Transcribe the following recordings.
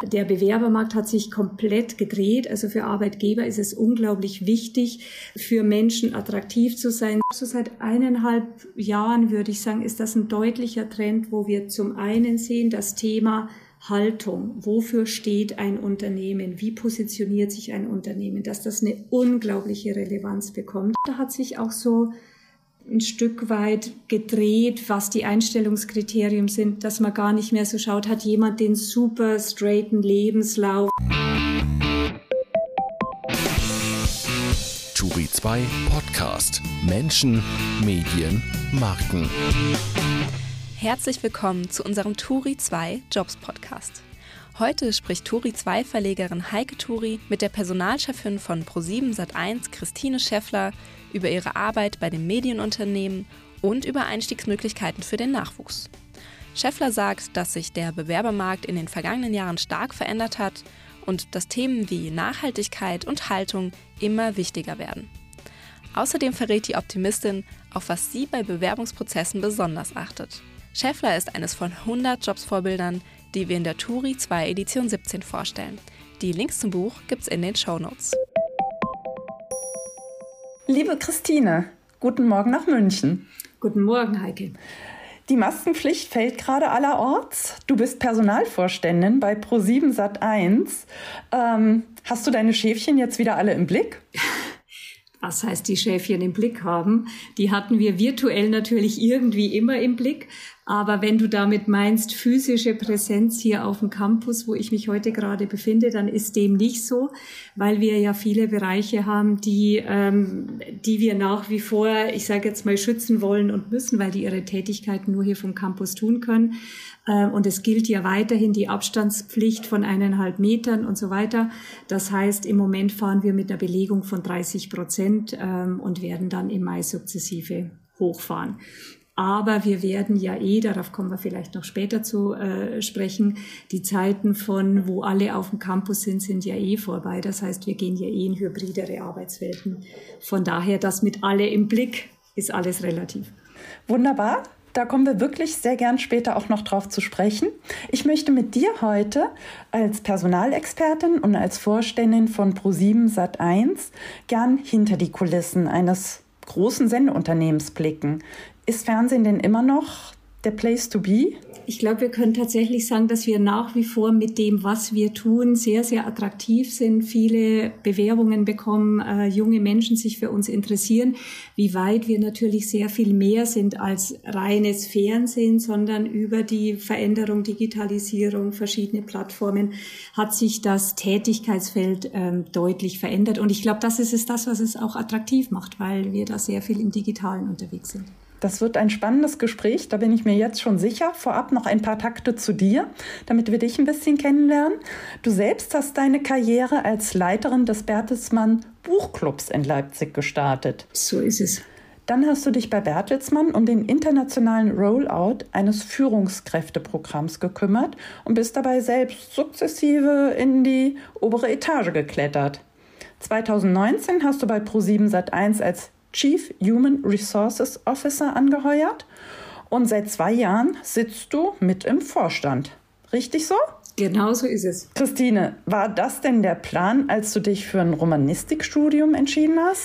Der Bewerbermarkt hat sich komplett gedreht. Also für Arbeitgeber ist es unglaublich wichtig, für Menschen attraktiv zu sein. So seit 1,5 Jahren, würde ich sagen, ist das ein deutlicher Trend, wo wir zum einen sehen, das Thema Haltung. Wofür steht ein Unternehmen? Wie positioniert sich ein Unternehmen? Dass das eine unglaubliche Relevanz bekommt. Da hat sich auch so ein Stück weit gedreht, was die Einstellungskriterien sind, dass man gar nicht mehr so schaut, hat jemand den super straighten Lebenslauf. Turi 2 Podcast. Menschen, Medien, Marken. Herzlich willkommen zu unserem Turi 2 Jobs Podcast. Heute spricht Turi 2 Verlegerin Heike Turi mit der Personalchefin von ProSieben Sat.1 Christine Scheffler über ihre Arbeit bei dem Medienunternehmen und über Einstiegsmöglichkeiten für den Nachwuchs. Scheffler sagt, dass sich der Bewerbermarkt in den vergangenen Jahren stark verändert hat und dass Themen wie Nachhaltigkeit und Haltung immer wichtiger werden. Außerdem verrät die Optimistin, auf was sie bei Bewerbungsprozessen besonders achtet. Scheffler ist eines von 100 Jobs-Vorbildern, die wir in der Turi 2 Edition 17 vorstellen. Die Links zum Buch gibt's in den Shownotes. Liebe Christine, guten Morgen nach München. Guten Morgen, Heike. Die Maskenpflicht fällt gerade allerorts. Du bist Personalvorständin bei ProSieben Sat.1. Hast du deine Schäfchen jetzt wieder alle im Blick? Was heißt die Schäfchen im Blick haben? Die hatten wir virtuell natürlich irgendwie immer im Blick. Aber wenn du damit meinst, physische Präsenz hier auf dem Campus, wo ich mich heute gerade befinde, dann ist dem nicht so, weil wir ja viele Bereiche haben, die wir nach wie vor, ich sage jetzt mal, schützen wollen und müssen, weil die ihre Tätigkeiten nur hier vom Campus tun können. Und es gilt ja weiterhin die Abstandspflicht von 1,5 Metern und so weiter. Das heißt, im Moment fahren wir mit einer Belegung von 30% und werden dann im Mai sukzessive hochfahren. Aber wir werden ja darauf kommen wir vielleicht noch später zu sprechen, die Zeiten von, wo alle auf dem Campus sind ja vorbei. Das heißt, wir gehen ja in hybridere Arbeitswelten. Von daher, das mit alle im Blick ist alles relativ. Wunderbar. Da kommen wir wirklich sehr gern später auch noch drauf zu sprechen. Ich möchte mit dir heute als Personalexpertin und als Vorständin von ProSieben Sat.1 gern hinter die Kulissen eines großen Sendeunternehmens blicken. Ist Fernsehen denn immer noch der Place to be? Ich glaube, wir können tatsächlich sagen, dass wir nach wie vor mit dem, was wir tun, sehr, sehr attraktiv sind. Viele Bewerbungen bekommen, junge Menschen sich für uns interessieren. Wie weit wir natürlich sehr viel mehr sind als reines Fernsehen, sondern über die Veränderung, Digitalisierung, verschiedene Plattformen hat sich das Tätigkeitsfeld deutlich verändert. Und ich glaube, das ist es, was es auch attraktiv macht, weil wir da sehr viel im Digitalen unterwegs sind. Das wird ein spannendes Gespräch, da bin ich mir jetzt schon sicher. Vorab noch ein paar Takte zu dir, damit wir dich ein bisschen kennenlernen. Du selbst hast deine Karriere als Leiterin des Bertelsmann Buchclubs in Leipzig gestartet. So ist es. Dann hast du dich bei Bertelsmann um den internationalen Rollout eines Führungskräfteprogramms gekümmert und bist dabei selbst sukzessive in die obere Etage geklettert. 2019 hast du bei ProSieben Sat.1 als Chief Human Resources Officer angeheuert und seit 2 Jahren sitzt du mit im Vorstand. Richtig so? Genau so ist es. Christine, war das denn der Plan, als du dich für ein Romanistikstudium entschieden hast?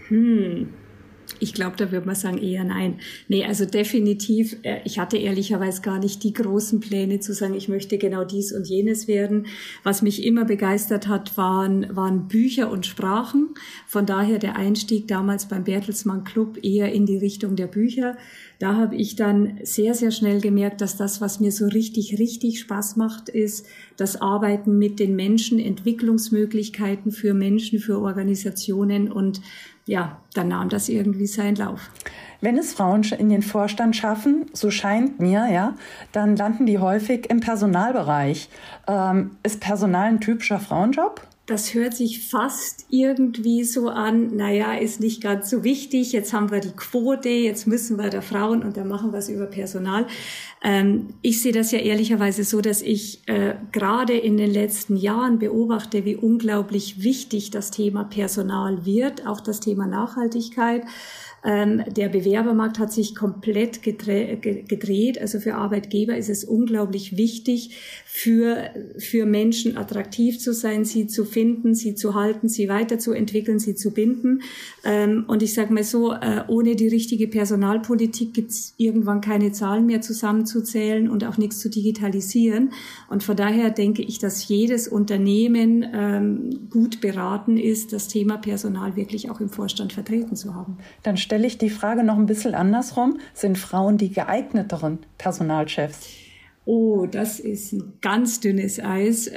Ich glaube, da würde man sagen eher nein. Nee, also definitiv, ich hatte ehrlicherweise gar nicht die großen Pläne zu sagen, ich möchte genau dies und jenes werden. Was mich immer begeistert hat, waren Bücher und Sprachen. Von daher der Einstieg damals beim Bertelsmann Club eher in die Richtung der Bücher. Da habe ich dann sehr, sehr schnell gemerkt, dass das, was mir so richtig, richtig Spaß macht, ist das Arbeiten mit den Menschen, Entwicklungsmöglichkeiten für Menschen, für Organisationen und ja, dann nahm das irgendwie seinen Lauf. Wenn es Frauen in den Vorstand schaffen, so scheint mir, ja, dann landen die häufig im Personalbereich. Ist Personal ein typischer Frauenjob? Das hört sich fast irgendwie so an, naja, ist nicht ganz so wichtig, jetzt haben wir die Quote, jetzt müssen wir da Frauen und dann machen wir es über Personal. Ich sehe das ja ehrlicherweise so, dass ich gerade in den letzten Jahren beobachte, wie unglaublich wichtig das Thema Personal wird, auch das Thema Nachhaltigkeit. Der Bewerbermarkt hat sich komplett gedreht. Also für Arbeitgeber ist es unglaublich wichtig, für Menschen attraktiv zu sein, sie zu finden, sie zu halten, sie weiterzuentwickeln, sie zu binden. Und ich sage mal so, ohne die richtige Personalpolitik gibt es irgendwann keine Zahlen mehr zusammenzuzählen und auch nichts zu digitalisieren. Und von daher denke ich, dass jedes Unternehmen gut beraten ist, das Thema Personal wirklich auch im Vorstand vertreten zu haben. Dann stelle ich die Frage noch ein bisschen andersrum. Sind Frauen die geeigneteren Personalchefs? Oh, das ist ein ganz dünnes Eis.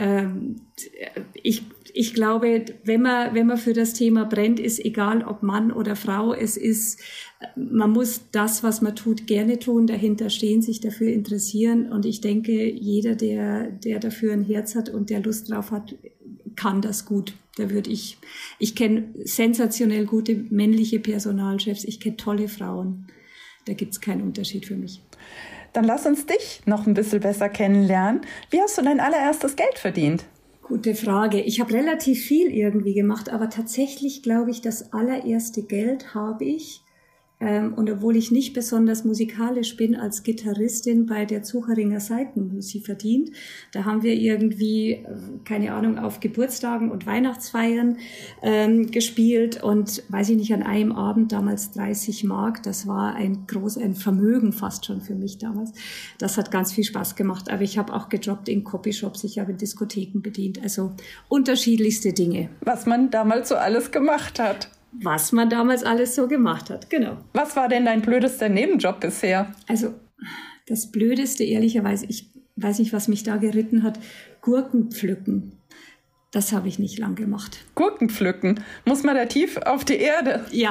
Ich glaube, wenn man für das Thema brennt, ist egal, ob Mann oder Frau, man muss das, was man tut, gerne tun, dahinter stehen, sich dafür interessieren. Und ich denke, jeder, der dafür ein Herz hat und der Lust drauf hat, kann das gut. Ich kenne sensationell gute männliche Personalchefs, ich kenne tolle Frauen. Da gibt's keinen Unterschied für mich. Dann lass uns dich noch ein bisschen besser kennenlernen. Wie hast du dein allererstes Geld verdient? Gute Frage. Ich habe relativ viel irgendwie gemacht, aber tatsächlich glaube ich, das allererste Geld habe ich, und obwohl ich nicht besonders musikalisch bin, als Gitarristin bei der Zucheringer Saitenmusik verdient. Da haben wir irgendwie, keine Ahnung, auf Geburtstagen und Weihnachtsfeiern gespielt und, weiß ich nicht, an einem Abend damals 30 Mark. Das war ein Vermögen fast schon für mich damals. Das hat ganz viel Spaß gemacht. Aber ich habe auch gejobbt in Copyshops, ich habe in Diskotheken bedient. Also unterschiedlichste Dinge. Was man damals so alles gemacht hat. Was man damals alles so gemacht hat, genau. Was war denn dein blödester Nebenjob bisher? Also das Blödeste, ehrlicherweise, ich weiß nicht, was mich da geritten hat, Gurken pflücken. Das habe ich nicht lang gemacht. Gurken pflücken? Muss man da tief auf die Erde? Ja.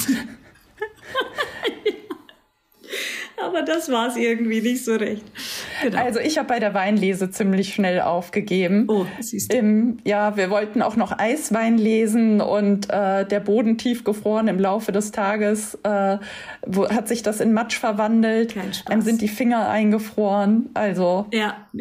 Aber das war es irgendwie nicht so recht. Genau. Also ich habe bei der Weinlese ziemlich schnell aufgegeben. Oh, siehst du. Wir wollten auch noch Eiswein lesen und der Boden tiefgefroren im Laufe des Tages hat sich das in Matsch verwandelt. Kein Spaß. Dann sind die Finger eingefroren. Also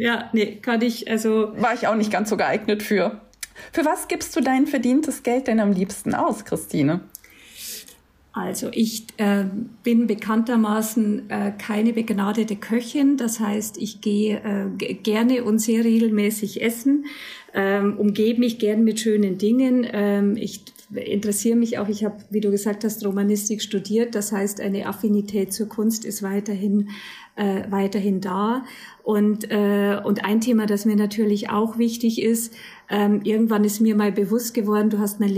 war ich auch nicht ganz so geeignet für. Für was gibst du dein verdientes Geld denn am liebsten aus, Christine? Also ich bin bekanntermaßen keine begnadete Köchin. Das heißt, ich gehe gerne und sehr regelmäßig essen, umgebe mich gern mit schönen Dingen. Ich interessiere mich auch, ich habe, wie du gesagt hast, Romanistik studiert. Das heißt, eine Affinität zur Kunst ist weiterhin da. Und ein Thema, das mir natürlich auch wichtig ist, irgendwann ist mir mal bewusst geworden, du hast mein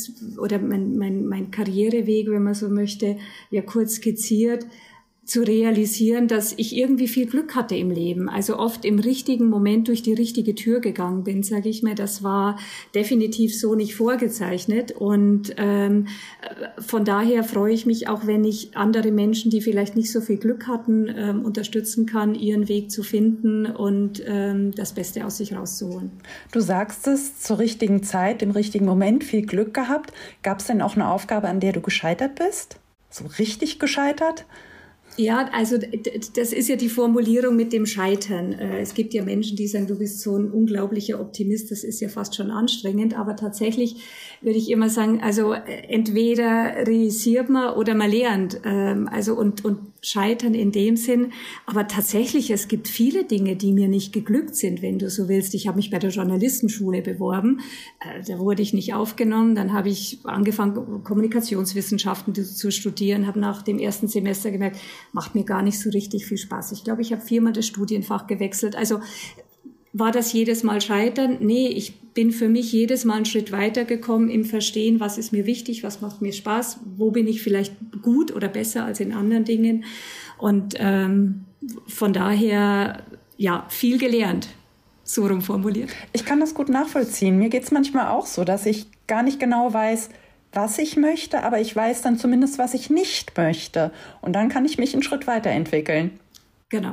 Karriereweg, wenn man so möchte, ja kurz skizziert, zu realisieren, dass ich irgendwie viel Glück hatte im Leben. Also oft im richtigen Moment durch die richtige Tür gegangen bin, sage ich mir. Das war definitiv so nicht vorgezeichnet. Und von daher freue ich mich auch, wenn ich andere Menschen, die vielleicht nicht so viel Glück hatten, unterstützen kann, ihren Weg zu finden und das Beste aus sich rauszuholen. Du sagst es, zur richtigen Zeit, im richtigen Moment, viel Glück gehabt. Gab es denn auch eine Aufgabe, an der du gescheitert bist? So richtig gescheitert? Ja, also das ist ja die Formulierung mit dem Scheitern. Es gibt ja Menschen, die sagen, du bist so ein unglaublicher Optimist, das ist ja fast schon anstrengend, aber tatsächlich würde ich immer sagen, also entweder realisiert man oder man lernt, also und scheitern in dem Sinn, aber tatsächlich, es gibt viele Dinge, die mir nicht geglückt sind, wenn du so willst. Ich habe mich bei der Journalistenschule beworben, da wurde ich nicht aufgenommen, dann habe ich angefangen, Kommunikationswissenschaften zu studieren, habe nach dem ersten Semester gemerkt, macht mir gar nicht so richtig viel Spaß. Ich glaube, ich habe 4-mal das Studienfach gewechselt. Also war das jedes Mal Scheitern? Nee, ich bin für mich jedes Mal einen Schritt weitergekommen im Verstehen, was ist mir wichtig, was macht mir Spaß, wo bin ich vielleicht gut oder besser als in anderen Dingen. Und von daher, ja, viel gelernt, so rum formuliert. Ich kann das gut nachvollziehen. Mir geht es manchmal auch so, dass ich gar nicht genau weiß, was ich möchte, aber ich weiß dann zumindest, was ich nicht möchte. Und dann kann ich mich einen Schritt weiterentwickeln. Genau.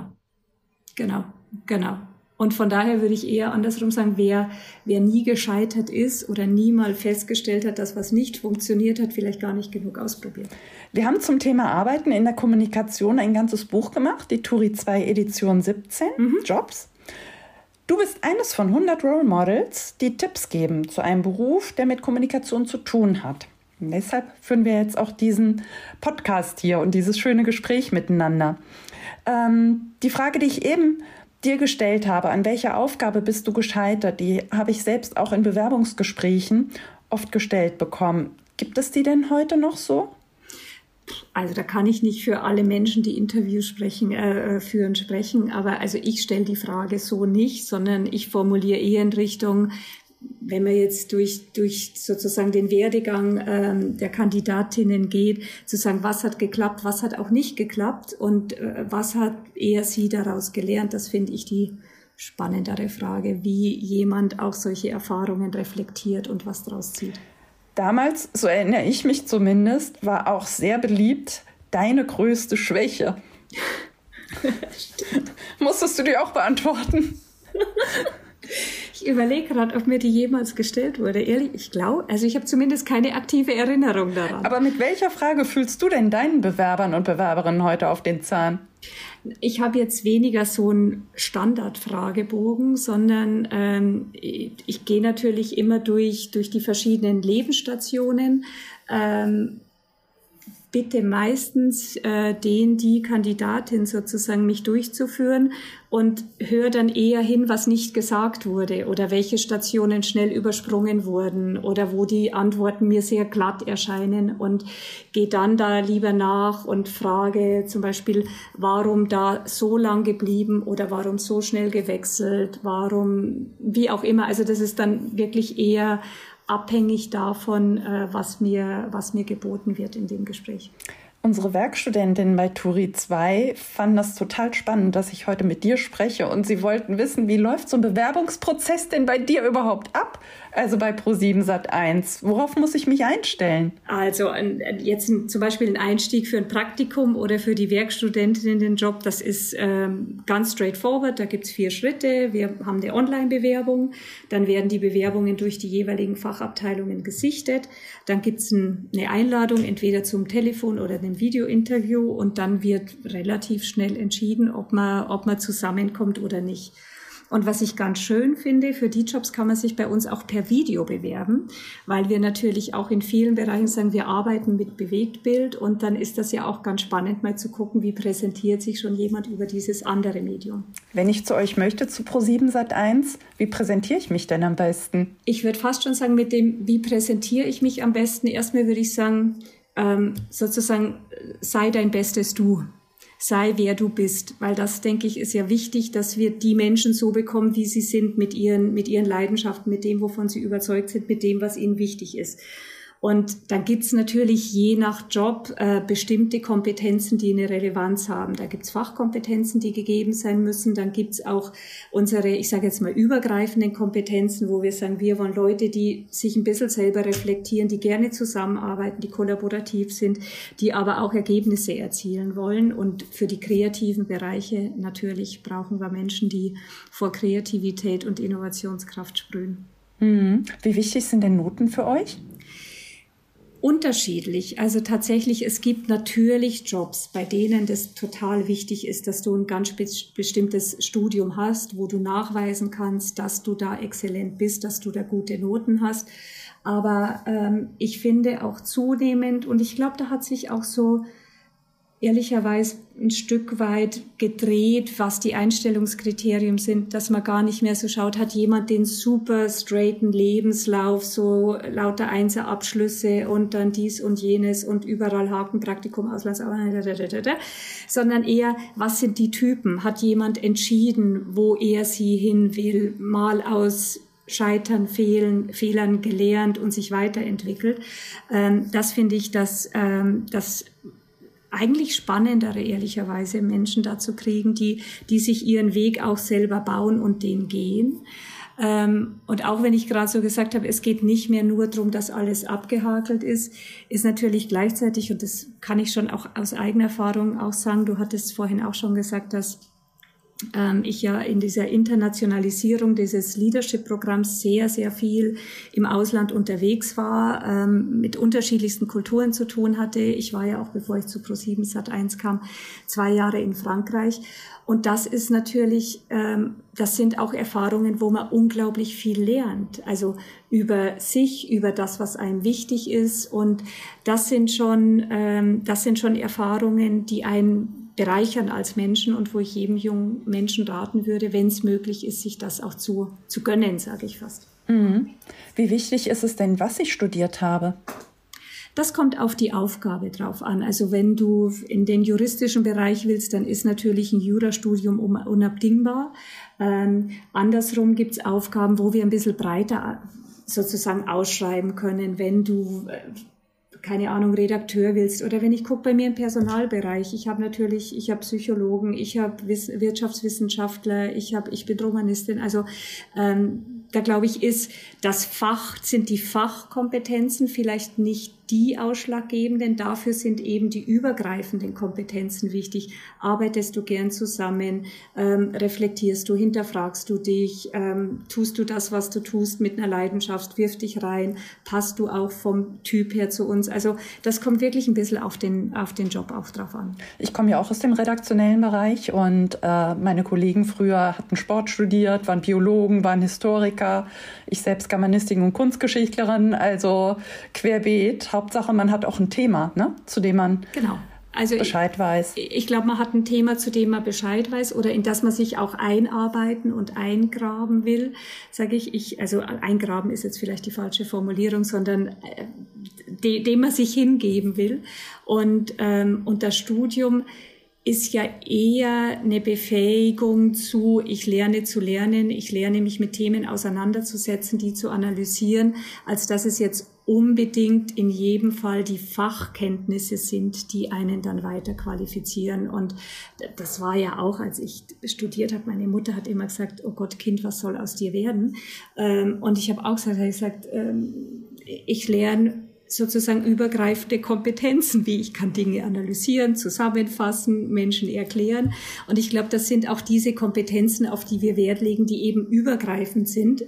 Und von daher würde ich eher andersrum sagen, wer nie gescheitert ist oder nie mal festgestellt hat, dass was nicht funktioniert hat, vielleicht gar nicht genug ausprobiert. Wir haben zum Thema Arbeiten in der Kommunikation ein ganzes Buch gemacht, die Turi 2 Edition 17, Jobs. Du bist eines von 100 Role Models, die Tipps geben zu einem Beruf, der mit Kommunikation zu tun hat. Und deshalb führen wir jetzt auch diesen Podcast hier und dieses schöne Gespräch miteinander. Die Frage, die ich eben dir gestellt habe, an welcher Aufgabe bist du gescheitert, die habe ich selbst auch in Bewerbungsgesprächen oft gestellt bekommen. Gibt es die denn heute noch so? Also da kann ich nicht für alle Menschen, die Interviews führen, sprechen, aber also ich stelle die Frage so nicht, sondern ich formuliere eher in Richtung, wenn man jetzt durch sozusagen den Werdegang der Kandidatinnen geht, zu sagen, was hat geklappt, was hat auch nicht geklappt und was hat er sie daraus gelernt, das finde ich die spannendere Frage, wie jemand auch solche Erfahrungen reflektiert und was daraus zieht. Damals, so erinnere ich mich zumindest, war auch sehr beliebt deine größte Schwäche. Musstest du die auch beantworten? Ich überlege gerade, ob mir die jemals gestellt wurde. Ehrlich, ich glaube, also ich habe zumindest keine aktive Erinnerung daran. Aber mit welcher Frage fühlst du denn deinen Bewerbern und Bewerberinnen heute auf den Zahn? Ich habe jetzt weniger so einen Standardfragebogen, sondern ich gehe natürlich immer durch die verschiedenen Lebensstationen. Bitte meistens die Kandidatin sozusagen mich durchzuführen und höre dann eher hin, was nicht gesagt wurde oder welche Stationen schnell übersprungen wurden oder wo die Antworten mir sehr glatt erscheinen und gehe dann da lieber nach und frage zum Beispiel, warum da so lang geblieben oder warum so schnell gewechselt, warum, wie auch immer. Also das ist dann wirklich eher abhängig davon, was mir geboten wird in dem Gespräch. Unsere Werkstudentinnen bei Turi 2 fanden das total spannend, dass ich heute mit dir spreche und sie wollten wissen, wie läuft so ein Bewerbungsprozess denn bei dir überhaupt ab? Also bei Pro7 Sat.1. Worauf muss ich mich einstellen? Also jetzt zum Beispiel ein Einstieg für ein Praktikum oder für die Werkstudentin in den Job, das ist ganz straightforward. Da gibt's 4 Schritte. Wir haben eine Online-Bewerbung. Dann werden die Bewerbungen durch die jeweiligen Fachabteilungen gesichtet. Dann gibt's eine Einladung, entweder zum Telefon oder einem Videointerview. Und dann wird relativ schnell entschieden, ob man zusammenkommt oder nicht. Und was ich ganz schön finde, für die Jobs kann man sich bei uns auch per Video bewerben, weil wir natürlich auch in vielen Bereichen sagen, wir arbeiten mit Bewegtbild und dann ist das ja auch ganz spannend, mal zu gucken, wie präsentiert sich schon jemand über dieses andere Medium. Wenn ich zu euch möchte, zu Pro7 Sat.1, wie präsentiere ich mich denn am besten? Ich würde fast schon sagen, mit dem, wie präsentiere ich mich am besten, erstmal würde ich sagen, sozusagen, sei dein bestes Du. Sei, wer du bist, weil das, denke ich, ist ja wichtig, dass wir die Menschen so bekommen, wie sie sind, mit ihren Leidenschaften, mit dem, wovon sie überzeugt sind, mit dem, was ihnen wichtig ist. Und dann gibt's natürlich je nach Job bestimmte Kompetenzen, die eine Relevanz haben. Da gibt's Fachkompetenzen, die gegeben sein müssen. Dann gibt's auch unsere, ich sage jetzt mal, übergreifenden Kompetenzen, wo wir sagen, wir wollen Leute, die sich ein bisschen selber reflektieren, die gerne zusammenarbeiten, die kollaborativ sind, die aber auch Ergebnisse erzielen wollen. Und für die kreativen Bereiche natürlich brauchen wir Menschen, die vor Kreativität und Innovationskraft sprühen. Wie wichtig sind denn Noten für euch? Unterschiedlich. Also tatsächlich, es gibt natürlich Jobs, bei denen das total wichtig ist, dass du ein ganz bestimmtes Studium hast, wo du nachweisen kannst, dass du da exzellent bist, dass du da gute Noten hast. Aber ich finde auch zunehmend, und ich glaube, da hat sich auch so ehrlicherweise ein Stück weit gedreht, was die Einstellungskriterien sind, dass man gar nicht mehr so schaut, hat jemand den super straighten Lebenslauf, so lauter Einser-Abschlüsse und dann dies und jenes und überall Haken, Praktikum, Auslandsarbeit, sondern eher, was sind die Typen? Hat jemand entschieden, wo er sie hin will, mal aus Scheitern, Fehlern gelernt und sich weiterentwickelt? Das finde ich, das eigentlich spannendere, ehrlicherweise, Menschen dazu kriegen, die sich ihren Weg auch selber bauen und den gehen. Und auch wenn ich gerade so gesagt habe, es geht nicht mehr nur darum, dass alles abgehakelt ist natürlich gleichzeitig, und das kann ich schon auch aus eigener Erfahrung auch sagen, du hattest vorhin auch schon gesagt, dass ich ja in dieser Internationalisierung dieses Leadership-Programms sehr, sehr viel im Ausland unterwegs war, mit unterschiedlichsten Kulturen zu tun hatte. Ich war ja auch, bevor ich zu ProSieben Sat.1 kam, 2 Jahre in Frankreich. Und das ist natürlich, das sind auch Erfahrungen, wo man unglaublich viel lernt. Also über sich, über das, was einem wichtig ist. Und das sind schon Erfahrungen, die einen bereichern als Menschen und wo ich jedem jungen Menschen raten würde, wenn es möglich ist, sich das auch zu gönnen, sage ich fast. Mhm. Wie wichtig ist es denn, was ich studiert habe? Das kommt auf die Aufgabe drauf an. Also wenn du in den juristischen Bereich willst, dann ist natürlich ein Jurastudium unabdingbar. Andersrum gibt's Aufgaben, wo wir ein bisschen breiter sozusagen ausschreiben können, wenn du keine Ahnung, Redakteur willst. Oder wenn ich gucke bei mir im Personalbereich, ich habe Psychologen, ich habe Wirtschaftswissenschaftler, ich bin Romanistin. Also da glaube ich, sind die Fachkompetenzen vielleicht nicht die ausschlaggebenden, dafür sind eben die übergreifenden Kompetenzen wichtig. Arbeitest du gern zusammen, reflektierst du, hinterfragst du dich, tust du das, was du tust, mit einer Leidenschaft, wirf dich rein, passt du auch vom Typ her zu uns. Also das kommt wirklich ein bisschen auf den Job auch drauf an. Ich komme ja auch aus dem redaktionellen Bereich und meine Kollegen früher hatten Sport studiert, waren Biologen, waren Historiker, ich selbst Germanistin und Kunstgeschichtlerin, also querbeet. Hauptsache, man hat auch ein Thema, ne, zu dem man Bescheid weiß. Ich glaube, man hat ein Thema, zu dem man Bescheid weiß oder in das man sich auch einarbeiten und eingraben will, sage ich. Also eingraben ist jetzt vielleicht die falsche Formulierung, sondern dem man sich hingeben will. Und das Studium ist ja eher eine Befähigung ich lerne zu lernen, ich lerne mich mit Themen auseinanderzusetzen, die zu analysieren, als dass es jetzt unbedingt in jedem Fall die Fachkenntnisse sind, die einen dann weiter qualifizieren. Und das war ja auch, als ich studiert habe, meine Mutter hat immer gesagt, oh Gott, Kind, was soll aus dir werden? Und ich habe auch gesagt, ich lerne sozusagen übergreifende Kompetenzen, wie ich kann Dinge analysieren, zusammenfassen, Menschen erklären. Und ich glaube, das sind auch diese Kompetenzen, auf die wir Wert legen, die eben übergreifend sind,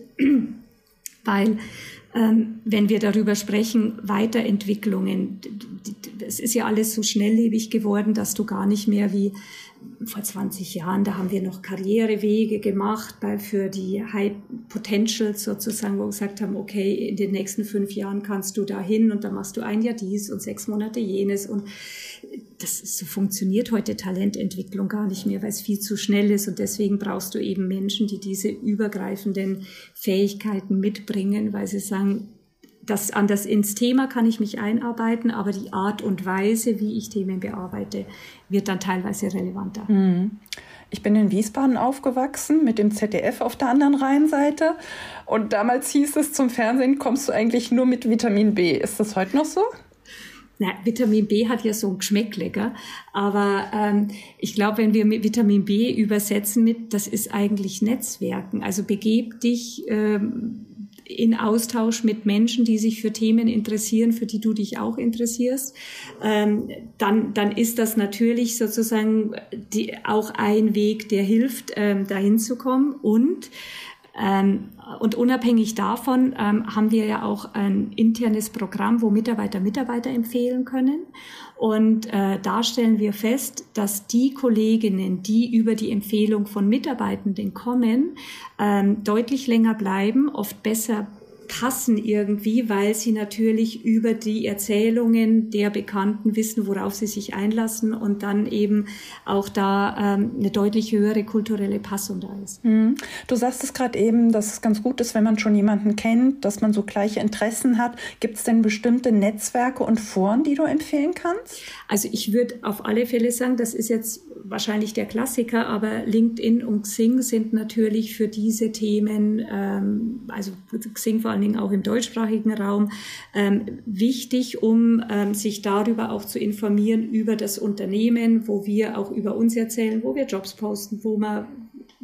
weil wenn wir darüber sprechen, Weiterentwicklungen, es ist ja alles so schnelllebig geworden, dass du gar nicht mehr wie vor 20 Jahren, da haben wir noch Karrierewege gemacht für die High Potentials sozusagen, wo wir gesagt haben, okay, in den nächsten 5 Jahren kannst du da hin und dann machst du 1 Jahr dies und 6 Monate jenes und so funktioniert heute Talententwicklung gar nicht mehr, weil es viel zu schnell ist und deswegen brauchst du eben Menschen, die diese übergreifenden Fähigkeiten mitbringen, weil sie sagen, ins Thema kann ich mich einarbeiten, aber die Art und Weise, wie ich Themen bearbeite, wird dann teilweise relevanter. Ich bin in Wiesbaden aufgewachsen, mit dem ZDF auf der anderen Rheinseite. Und damals hieß es, zum Fernsehen kommst du eigentlich nur mit Vitamin B. Ist das heute noch so? Na, Vitamin B hat ja so ein Geschmäckle, gell? Aber ich glaube, wenn wir mit Vitamin B übersetzen das ist eigentlich Netzwerken. Also begeb dich in Austausch mit Menschen, die sich für Themen interessieren, für die du dich auch interessierst, dann ist das natürlich sozusagen auch ein Weg, der hilft, dahin zu kommen. Und unabhängig davon haben wir ja auch ein internes Programm, wo Mitarbeiter empfehlen können. Und da stellen wir fest, dass die Kolleginnen, die über die Empfehlung von Mitarbeitenden kommen, deutlich länger bleiben, oft besser passen irgendwie, weil sie natürlich über die Erzählungen der Bekannten wissen, worauf sie sich einlassen und dann eben auch da eine deutlich höhere kulturelle Passung da ist. Du sagst es gerade eben, dass es ganz gut ist, wenn man schon jemanden kennt, dass man so gleiche Interessen hat. Gibt es denn bestimmte Netzwerke und Foren, die du empfehlen kannst? Also ich würde auf alle Fälle sagen, das ist jetzt wahrscheinlich der Klassiker, aber LinkedIn und Xing sind natürlich für diese Themen, also Xing vor allen Dingen auch im deutschsprachigen Raum, wichtig, um sich darüber auch zu informieren, über das Unternehmen, wo wir auch über uns erzählen, wo wir Jobs posten, wo man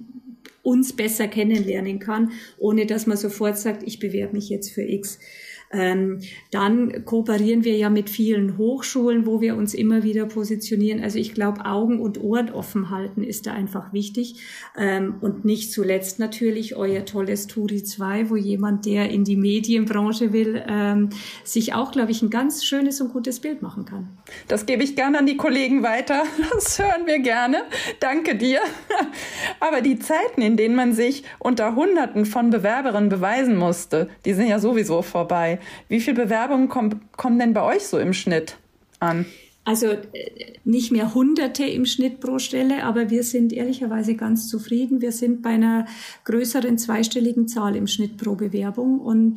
uns besser kennenlernen kann, ohne dass man sofort sagt, ich bewerbe mich jetzt für X. Dann kooperieren wir ja mit vielen Hochschulen, wo wir uns immer wieder positionieren. Also ich glaube, Augen und Ohren offen halten ist da einfach wichtig. Und nicht zuletzt natürlich euer tolles Turi 2, wo jemand, der in die Medienbranche will, sich auch, glaube ich, ein ganz schönes und gutes Bild machen kann. Das gebe ich gerne an die Kollegen weiter. Das hören wir gerne. Danke dir. Aber die Zeiten, in denen man sich unter Hunderten von Bewerberinnen beweisen musste, die sind ja sowieso vorbei. Wie viele Bewerbungen kommen denn bei euch so im Schnitt an? Also nicht mehr Hunderte im Schnitt pro Stelle, aber wir sind ehrlicherweise ganz zufrieden. Wir sind bei einer größeren zweistelligen Zahl im Schnitt pro Bewerbung und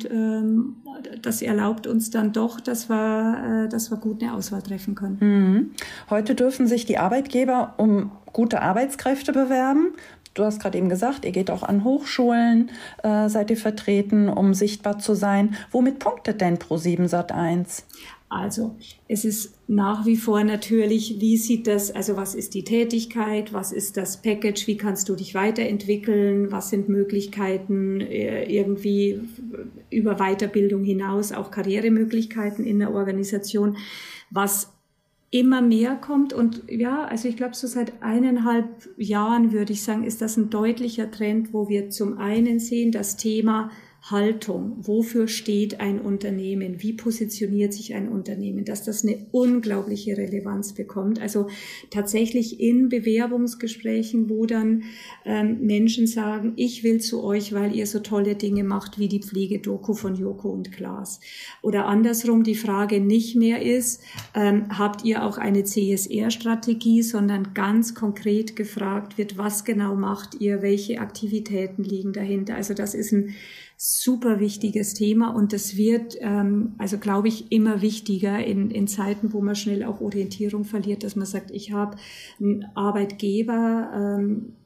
das erlaubt uns dann doch, dass wir gut eine Auswahl treffen können. Mhm. Heute dürfen sich die Arbeitgeber um gute Arbeitskräfte bewerben. Du hast gerade eben gesagt, ihr geht auch an Hochschulen, seid ihr vertreten, um sichtbar zu sein. Womit punktet denn ProSieben Sat.1? Also es ist nach wie vor natürlich, wie sieht das, also was ist die Tätigkeit, was ist das Package, wie kannst du dich weiterentwickeln, was sind Möglichkeiten irgendwie über Weiterbildung hinaus, auch Karrieremöglichkeiten in der Organisation, was immer mehr kommt. Und ja, also ich glaube, so seit 1,5 Jahren, würde ich sagen, ist das ein deutlicher Trend, wo wir zum einen sehen, das Thema Haltung, wofür steht ein Unternehmen, wie positioniert sich ein Unternehmen, dass das eine unglaubliche Relevanz bekommt. Also tatsächlich in Bewerbungsgesprächen, wo dann Menschen sagen, ich will zu euch, weil ihr so tolle Dinge macht wie die Pflegedoku von Joko und Klaas. Oder andersrum die Frage nicht mehr ist, habt ihr auch eine CSR-Strategie, sondern ganz konkret gefragt wird, was genau macht ihr, welche Aktivitäten liegen dahinter. Also das ist ein super wichtiges Thema und das wird, also glaube ich, immer wichtiger in Zeiten, wo man schnell auch Orientierung verliert, dass man sagt, ich habe einen Arbeitgeber,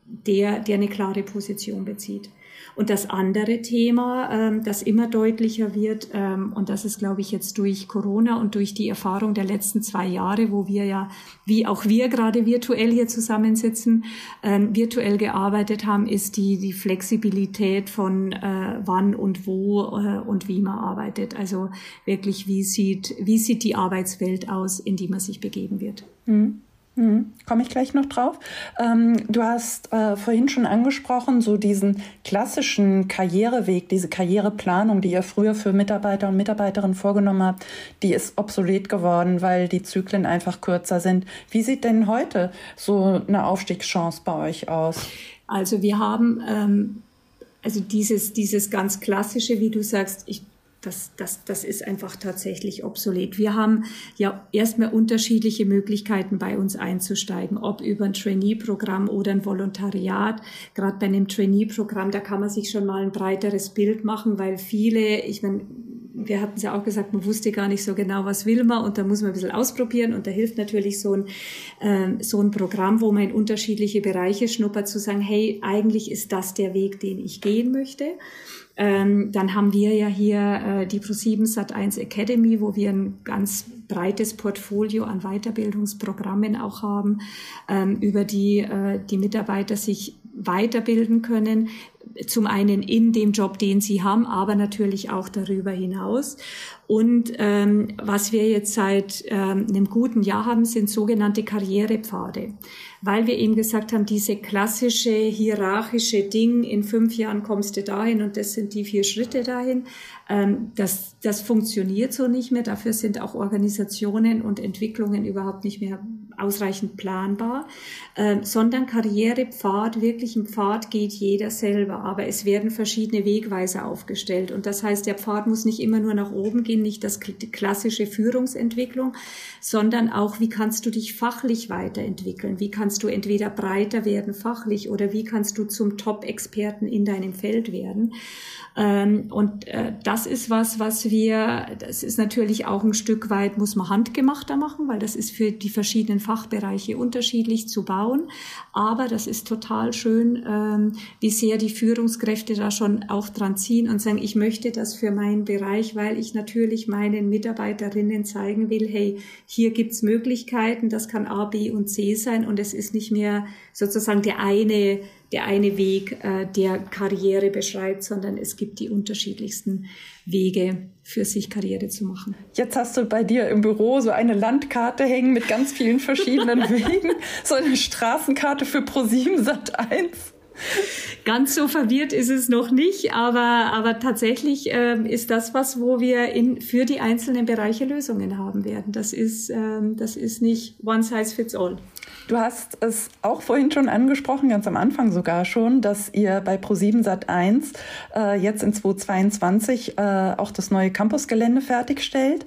der eine klare Position bezieht. Und das andere Thema, das immer deutlicher wird, und das ist, glaube ich, jetzt durch Corona und durch die Erfahrung der letzten 2 Jahre, wo wir ja, wie auch wir gerade virtuell hier zusammensitzen, virtuell gearbeitet haben, ist die Flexibilität von wann und wo und wie man arbeitet. Also wirklich, wie sieht die Arbeitswelt aus, in die man sich begeben wird. Komme ich gleich noch drauf. Du hast vorhin schon angesprochen, so diesen klassischen Karriereweg, diese Karriereplanung, die ihr früher für Mitarbeiter und Mitarbeiterinnen vorgenommen habt, die ist obsolet geworden, weil die Zyklen einfach kürzer sind. Wie sieht denn heute so eine Aufstiegschance bei euch aus? Also wir haben also dieses ganz klassische, wie du sagst, das ist einfach tatsächlich obsolet. Wir haben ja erstmal unterschiedliche Möglichkeiten, bei uns einzusteigen, ob über ein Trainee-Programm oder ein Volontariat. Gerade bei einem Trainee-Programm, da kann man sich schon mal ein breiteres Bild machen, weil viele, ich meine, wir hatten es ja auch gesagt, man wusste gar nicht so genau, was will man und da muss man ein bisschen ausprobieren und da hilft natürlich so ein Programm, wo man in unterschiedliche Bereiche schnuppert, zu sagen, hey, eigentlich ist das der Weg, den ich gehen möchte. Dann haben wir ja hier die ProSieben Sat.1 Academy, wo wir ein ganz breites Portfolio an Weiterbildungsprogrammen auch haben, über die Mitarbeiter sich weiterbilden können. Zum einen in dem Job, den sie haben, aber natürlich auch darüber hinaus. Und was wir jetzt seit einem guten Jahr haben, sind sogenannte Karrierepfade. Weil wir eben gesagt haben, diese klassische hierarchische Ding, in 5 Jahren kommst du dahin und das sind die 4 Schritte dahin, das funktioniert so nicht mehr. Dafür sind auch Organisationen und Entwicklungen überhaupt nicht mehr ausreichend planbar, sondern Karrierepfad, wirklich ein Pfad geht jeder selber, aber es werden verschiedene Wegweiser aufgestellt und das heißt, der Pfad muss nicht immer nur nach oben gehen, nicht das klassische Führungsentwicklung, sondern auch, wie kannst du dich fachlich weiterentwickeln, wie kannst du entweder breiter werden fachlich oder wie kannst du zum Top-Experten in deinem Feld werden. Und das ist das ist natürlich auch ein Stück weit, muss man handgemachter machen, weil das ist für die verschiedenen Fachbereiche unterschiedlich zu bauen. Aber das ist total schön, wie sehr die Führungskräfte da schon auch dran ziehen und sagen, ich möchte das für meinen Bereich, weil ich natürlich meinen Mitarbeiterinnen zeigen will, hey, hier gibt's Möglichkeiten, das kann A, B und C sein und es ist nicht mehr sozusagen der der eine Weg, der Karriere beschreibt, sondern es gibt die unterschiedlichsten Wege, für sich Karriere zu machen. Jetzt hast du bei dir im Büro so eine Landkarte hängen mit ganz vielen verschiedenen Wegen, so eine Straßenkarte für ProSieben Sat.1. Ganz so verwirrt ist es noch nicht, aber tatsächlich ist das was, wo wir für die einzelnen Bereiche Lösungen haben werden. Das ist nicht one size fits all. Du hast es auch vorhin schon angesprochen, ganz am Anfang sogar schon, dass ihr bei ProSieben Sat.1 jetzt in 2022 auch das neue Campusgelände fertigstellt.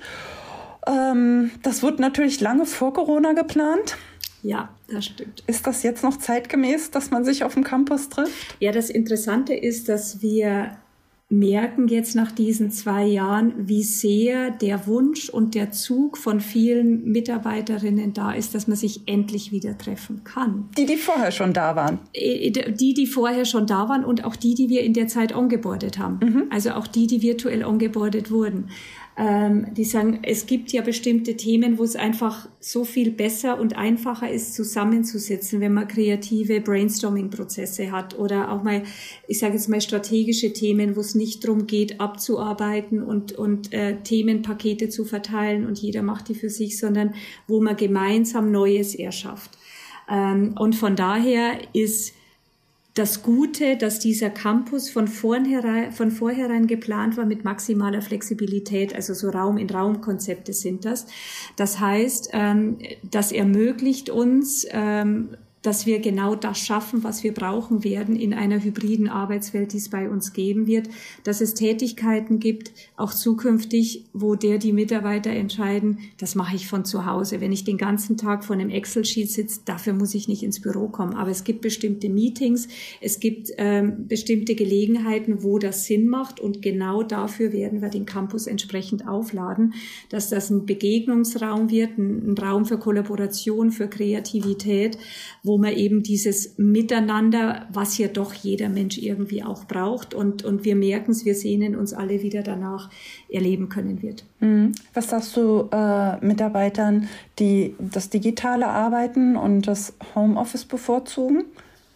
Das wurde natürlich lange vor Corona geplant. Ja, das stimmt. Ist das jetzt noch zeitgemäß, dass man sich auf dem Campus trifft? Ja, das Interessante ist, dass wir merken jetzt nach diesen 2 Jahren, wie sehr der Wunsch und der Zug von vielen Mitarbeiterinnen da ist, dass man sich endlich wieder treffen kann. Die vorher schon da waren? Die vorher schon da waren und auch die wir in der Zeit ongeboardet haben. Mhm. Also auch die virtuell ongeboardet wurden. Die sagen, es gibt ja bestimmte Themen, wo es einfach so viel besser und einfacher ist, zusammenzusitzen, wenn man kreative Brainstorming-Prozesse hat oder auch mal, ich sage jetzt mal, strategische Themen, wo es nicht darum geht, abzuarbeiten und Themenpakete zu verteilen und jeder macht die für sich, sondern wo man gemeinsam Neues erschafft. Und von daher ist das Gute, dass dieser Campus von vornherein geplant war mit maximaler Flexibilität, also so Raum-in-Raum-Konzepte sind das. Das heißt, das ermöglicht uns, dass wir genau das schaffen, was wir brauchen werden in einer hybriden Arbeitswelt, die es bei uns geben wird, dass es Tätigkeiten gibt, auch zukünftig, wo die Mitarbeiter entscheiden, das mache ich von zu Hause. Wenn ich den ganzen Tag vor einem Excel-Sheet sitze, dafür muss ich nicht ins Büro kommen. Aber es gibt bestimmte Meetings, es gibt bestimmte Gelegenheiten, wo das Sinn macht und genau dafür werden wir den Campus entsprechend aufladen, dass das ein Begegnungsraum wird, ein Raum für Kollaboration, für Kreativität, wo man eben dieses Miteinander, was ja doch jeder Mensch irgendwie auch braucht und wir merken es, wir sehnen uns alle wieder danach, erleben können wird. Was sagst du Mitarbeitern, die das digitale Arbeiten und das Homeoffice bevorzugen?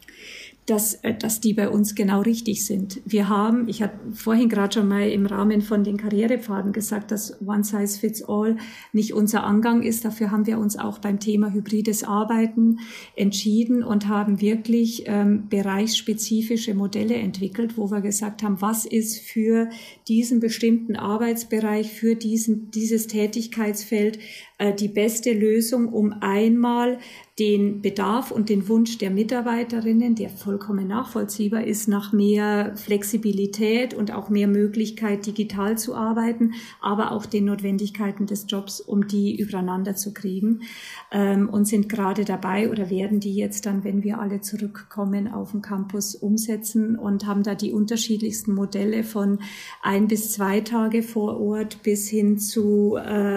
Dass die bei uns genau richtig sind. Ich hatte vorhin gerade schon mal im Rahmen von den Karrierepfaden gesagt, dass One Size Fits All nicht unser Angang ist. Dafür haben wir uns auch beim Thema hybrides Arbeiten entschieden und haben wirklich bereichsspezifische Modelle entwickelt, wo wir gesagt haben, was ist für diesen bestimmten Arbeitsbereich, für dieses Tätigkeitsfeld die beste Lösung, um einmal den Bedarf und den Wunsch der Mitarbeiterinnen, der vollkommen nachvollziehbar ist, nach mehr Flexibilität und auch mehr Möglichkeit, digital zu arbeiten, aber auch den Notwendigkeiten des Jobs, um die übereinander zu kriegen. Und sind gerade dabei oder werden die jetzt dann, wenn wir alle zurückkommen, auf dem Campus umsetzen und haben da die unterschiedlichsten Modelle von 1 bis 2 Tage vor Ort bis hin zu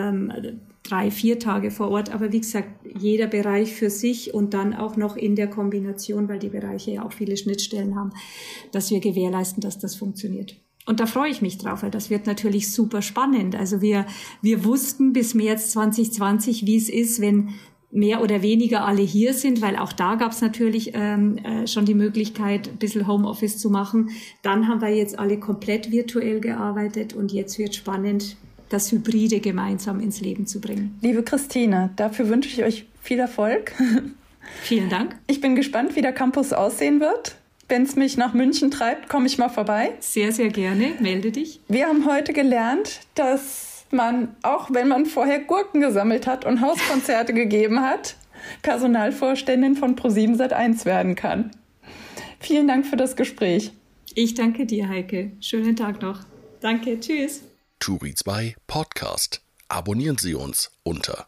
3-4 Tage vor Ort, aber wie gesagt, jeder Bereich für sich und dann auch noch in der Kombination, weil die Bereiche ja auch viele Schnittstellen haben, dass wir gewährleisten, dass das funktioniert. Und da freue ich mich drauf, weil das wird natürlich super spannend. Also wir wussten bis März 2020, wie es ist, wenn mehr oder weniger alle hier sind, weil auch da gab es natürlich schon die Möglichkeit, ein bisschen Homeoffice zu machen. Dann haben wir jetzt alle komplett virtuell gearbeitet und jetzt wird spannend, das Hybride gemeinsam ins Leben zu bringen. Liebe Christine, dafür wünsche ich euch viel Erfolg. Vielen Dank. Ich bin gespannt, wie der Campus aussehen wird. Wenn es mich nach München treibt, komme ich mal vorbei. Sehr, sehr gerne. Melde dich. Wir haben heute gelernt, dass man, auch wenn man vorher Gurken gesammelt hat und Hauskonzerte gegeben hat, Personalvorständin von ProSieben Sat.1 werden kann. Vielen Dank für das Gespräch. Ich danke dir, Heike. Schönen Tag noch. Danke, tschüss. Turi 2 Podcast. Abonnieren Sie uns unter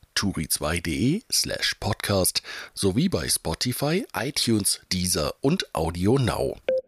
turi2.de/podcast sowie bei Spotify, iTunes, Deezer und Audio Now.